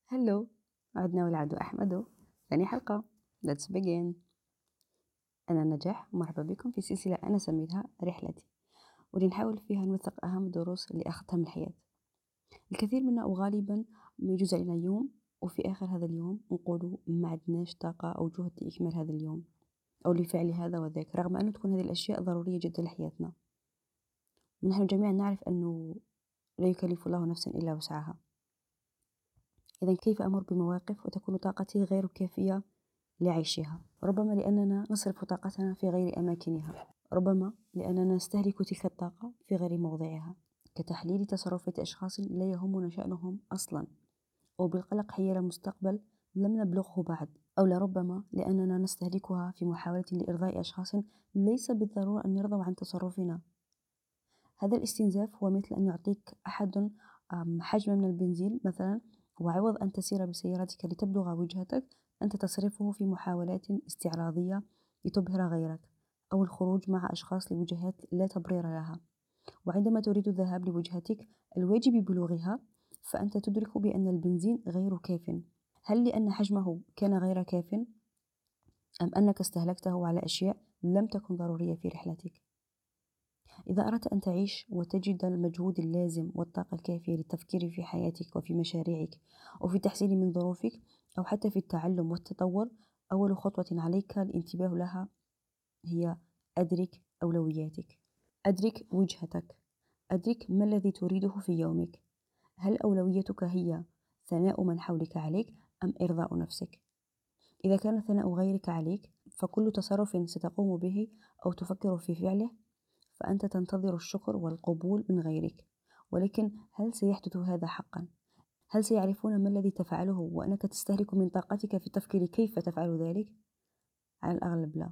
هلو، عدنا والعدو أحمد. ثاني حلقة. Let's begin. أنا نجاح، مرحبا بكم في سلسلة أنا سميتها رحلتي، واللي نحاول فيها نوثق أهم الدروس اللي أخذتها من الحياة. الكثير منا وغالبا ما يجوز علينا يوم وفي آخر هذا اليوم نقولوا ما عدناش طاقة أو جهد لإكمال هذا اليوم أو لفعل هذا وذاك، رغم أن تكون هذه الأشياء ضرورية جدا لحياتنا. ونحن جميعا نعرف أنه لا يكلف الله نفسا إلا وسعها. إذن كيف أمر بمواقف وتكون طاقتي غير كافية لعيشها؟ ربما لأننا نصرف طاقتنا في غير أماكنها، ربما لأننا نستهلك تلك الطاقة في غير موضعها، كتحليل تصرفات أشخاص لا يهمنا شأنهم أصلا، أو بالقلق حيال المستقبل لم نبلغه بعد، أو لربما لأننا نستهلكها في محاولة لإرضاء أشخاص ليس بالضرورة أن يرضوا عن تصرفنا. هذا الاستنزاف هو مثل أن يعطيك أحد حجم من البنزين مثلا، وعوض أن تسير بسيارتك لتبلغ وجهتك أنت تصرفه في محاولات استعراضية لتبهر غيرك، أو الخروج مع أشخاص لوجهات لا تبرير لها. وعندما تريد الذهاب لوجهتك الواجب بلوغها فأنت تدرك بأن البنزين غير كاف. هل لأن حجمه كان غير كاف، أم أنك استهلكته على أشياء لم تكن ضرورية في رحلتك؟ إذا أردت أن تعيش وتجد المجهود اللازم والطاقة الكافية للتفكير في حياتك وفي مشاريعك وفي التحسين من ظروفك أو حتى في التعلم والتطور، أول خطوة عليك الانتباه لها هي أدرك أولوياتك. أدرك وجهتك. أدرك ما الذي تريده في يومك. هل أولويتك هي ثناء من حولك عليك أم إرضاء نفسك؟ إذا كان ثناء غيرك عليك فكل تصرف ستقوم به أو تفكر في فعله فأنت تنتظر الشكر والقبول من غيرك، ولكن هل سيحدث هذا حقا؟ هل سيعرفون ما الذي تفعله وأنك تستهلك من طاقتك في التفكير كيف تفعل ذلك؟ على الأغلب لا.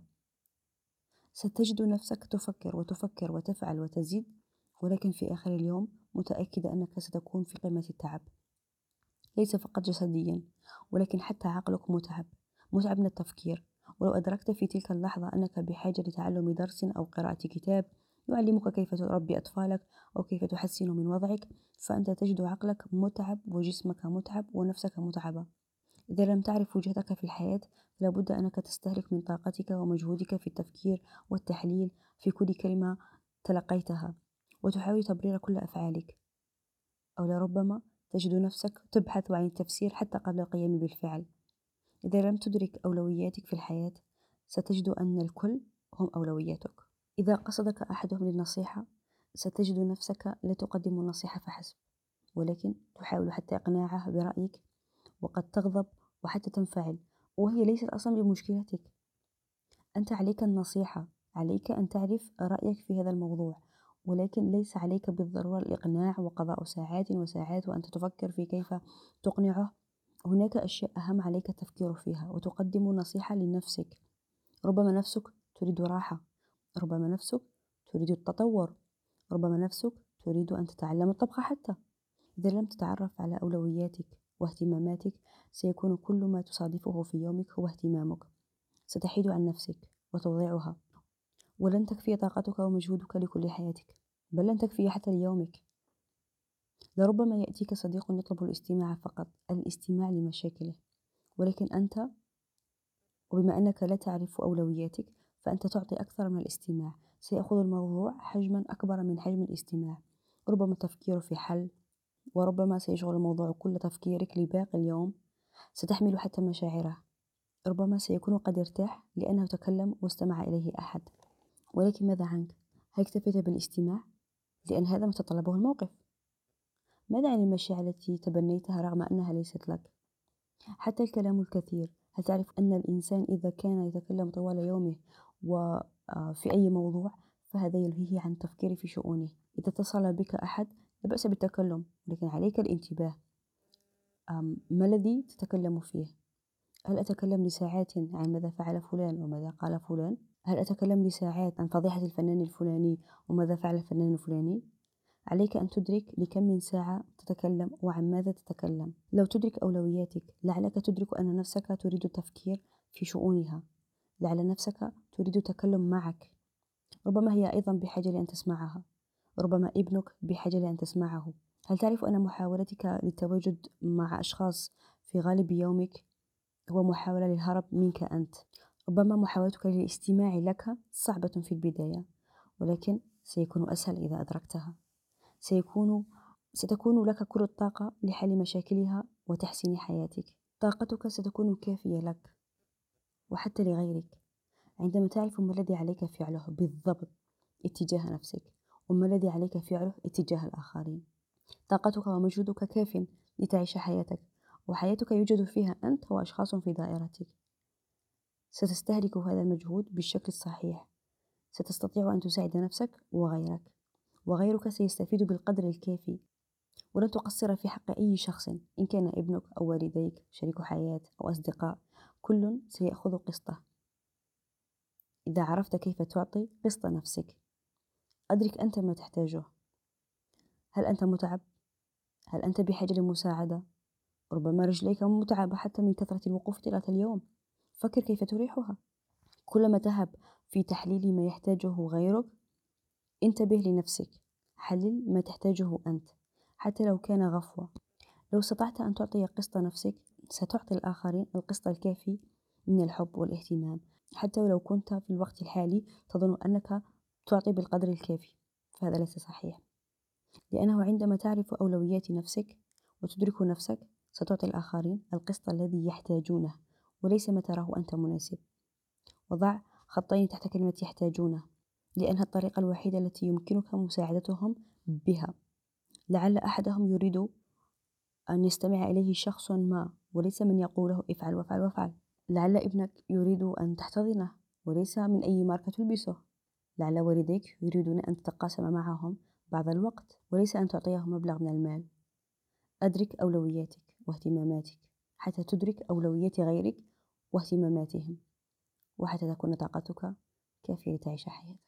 ستجد نفسك تفكر وتفكر وتفعل وتزيد، ولكن في آخر اليوم متأكدة أنك ستكون في قمة التعب، ليس فقط جسديا ولكن حتى عقلك متعب من التفكير. ولو أدركت في تلك اللحظة أنك بحاجة لتعلم درس أو قراءة كتاب يعلمك كيف تربي أطفالك أو كيف تحسن من وضعك، فأنت تجد عقلك متعب وجسمك متعب ونفسك متعبة. إذا لم تعرف وجهتك في الحياة لابد أنك تستهلك من طاقتك ومجهودك في التفكير والتحليل في كل كلمة تلقيتها، وتحاول تبرير كل أفعالك، أو لربما تجد نفسك تبحث عن التفسير حتى قبل القيام بالفعل. إذا لم تدرك أولوياتك في الحياة ستجد أن الكل هم أولوياتك. إذا قصدك أحدهم للنصيحة ستجد نفسك لا تقدم النصيحة فحسب، ولكن تحاول حتى إقناعه برأيك، وقد تغضب وحتى تنفعل، وهي ليست أصلا بمشكلتك. أنت عليك النصيحة، عليك أن تعرف رأيك في هذا الموضوع، ولكن ليس عليك بالضرورة الإقناع وقضاء ساعات وساعات وأنت تفكر في كيف تقنعه. هناك أشياء أهم عليك التفكير فيها وتقدم نصيحة لنفسك. ربما نفسك تريد راحة، ربما نفسك تريد التطور، ربما نفسك تريد أن تتعلم الطبخ حتى. إذا لم تتعرف على أولوياتك واهتماماتك سيكون كل ما تصادفه في يومك هو اهتمامك، ستحيد عن نفسك وتضيعها، ولن تكفي طاقتك ومجهودك لكل حياتك، بل لن تكفي حتى ليومك. لربما يأتيك صديق يطلب الاستماع فقط، الاستماع لمشاكله، ولكن أنت وبما أنك لا تعرف أولوياتك فأنت تعطي أكثر من الاستماع، سيأخذ الموضوع حجما أكبر من حجم الاستماع. ربما تفكير في حل، وربما سيشغل الموضوع كل تفكيرك لباقي اليوم، ستحمل حتى مشاعره. ربما سيكون قد ارتاح لأنه تكلم واستمع إليه أحد، ولكن ماذا عنك؟ هل اكتفيت بالاستماع؟ لأن هذا ما تطلبه الموقف. ماذا عن المشاعر التي تبنيتها رغم أنها ليست لك؟ حتى الكلام الكثير، هل تعرف أن الإنسان إذا كان يتكلم طوال يومه وفي أي موضوع فهذا يلهيه عن التفكير في شؤونه. إذا اتصل بك أحد لا بأس بالتكلم، لكن عليك الانتباه. ما الذي تتكلم فيه؟ هل أتكلم لساعات عن ماذا فعل فلان وماذا قال فلان؟ هل أتكلم لساعات عن فضيحة الفنان الفلاني وماذا فعل الفنان الفلاني؟ عليك أن تدرك لكم من ساعة تتكلم وعن ماذا تتكلم. لو تدرك أولوياتك لعلك تدرك أن نفسك تريد التفكير في شؤونها، لعل نفسك تريد التكلم معك. ربما هي أيضا بحاجة لأن تسمعها، ربما ابنك بحاجة لأن تسمعه. هل تعرف أن محاولتك للتواجد مع أشخاص في غالب يومك هو محاولة للهرب منك أنت. ربما محاولتك للاستماع لك صعبة في البداية، ولكن سيكون أسهل إذا أدركتها. ستكون لك كل الطاقة لحل مشاكلها وتحسين حياتك. طاقتك ستكون كافية لك وحتى لغيرك عندما تعرف ما الذي عليك فعله بالضبط اتجاه نفسك وما الذي عليك فعله اتجاه الآخرين. طاقتك ومجهودك كاف لتعيش حياتك، وحياتك يوجد فيها أنت وأشخاص في دائرتك. ستستهلك هذا المجهود بالشكل الصحيح، ستستطيع أن تساعد نفسك وغيرك سيستفيد بالقدر الكافي. ولن تقصر في حق أي شخص، إن كان ابنك أو والديك، شريك حياة أو أصدقاء، كل سيأخذ قسطه. إذا عرفت كيف تعطي قسط نفسك، أدرك أنت ما تحتاجه. هل أنت متعب؟ هل أنت بحاجة لمساعدة؟ ربما رجليك متعبة حتى من كثرة الوقوف طيلة اليوم. فكر كيف تريحها. كلما تهب في تحليل ما يحتاجه غيرك، انتبه لنفسك، حلل ما تحتاجه أنت حتى لو كان غفوة. لو استطعت أن تعطي قسط نفسك، ستعطي الآخرين القسط الكافي من الحب والاهتمام، حتى ولو كنت في الوقت الحالي تظن أنك تعطي بالقدر الكافي، فهذا ليس صحيح. لأنه عندما تعرف أولويات نفسك وتدرك نفسك، ستعطي الآخرين القسط الذي يحتاجونه وليس ما تراه أنت مناسب. وضع خطين تحت كلمة يحتاجونه، لأنها الطريقة الوحيدة التي يمكنك مساعدتهم بها. لعل أحدهم يريد أن يستمع إليه شخص ما، وليس من يقوله افعل وافعل وافعل. لعل ابنك يريد أن تحتضنه، وليس من أي ماركة تلبسه. لعل والديك يريدون أن تتقاسم معهم بعض الوقت، وليس أن تعطيهم مبلغ من المال. أدرك أولوياتك واهتماماتك حتى تدرك أولويات غيرك واهتماماتهم، وحتى تكون طاقتك كافية لتعيش حياتك.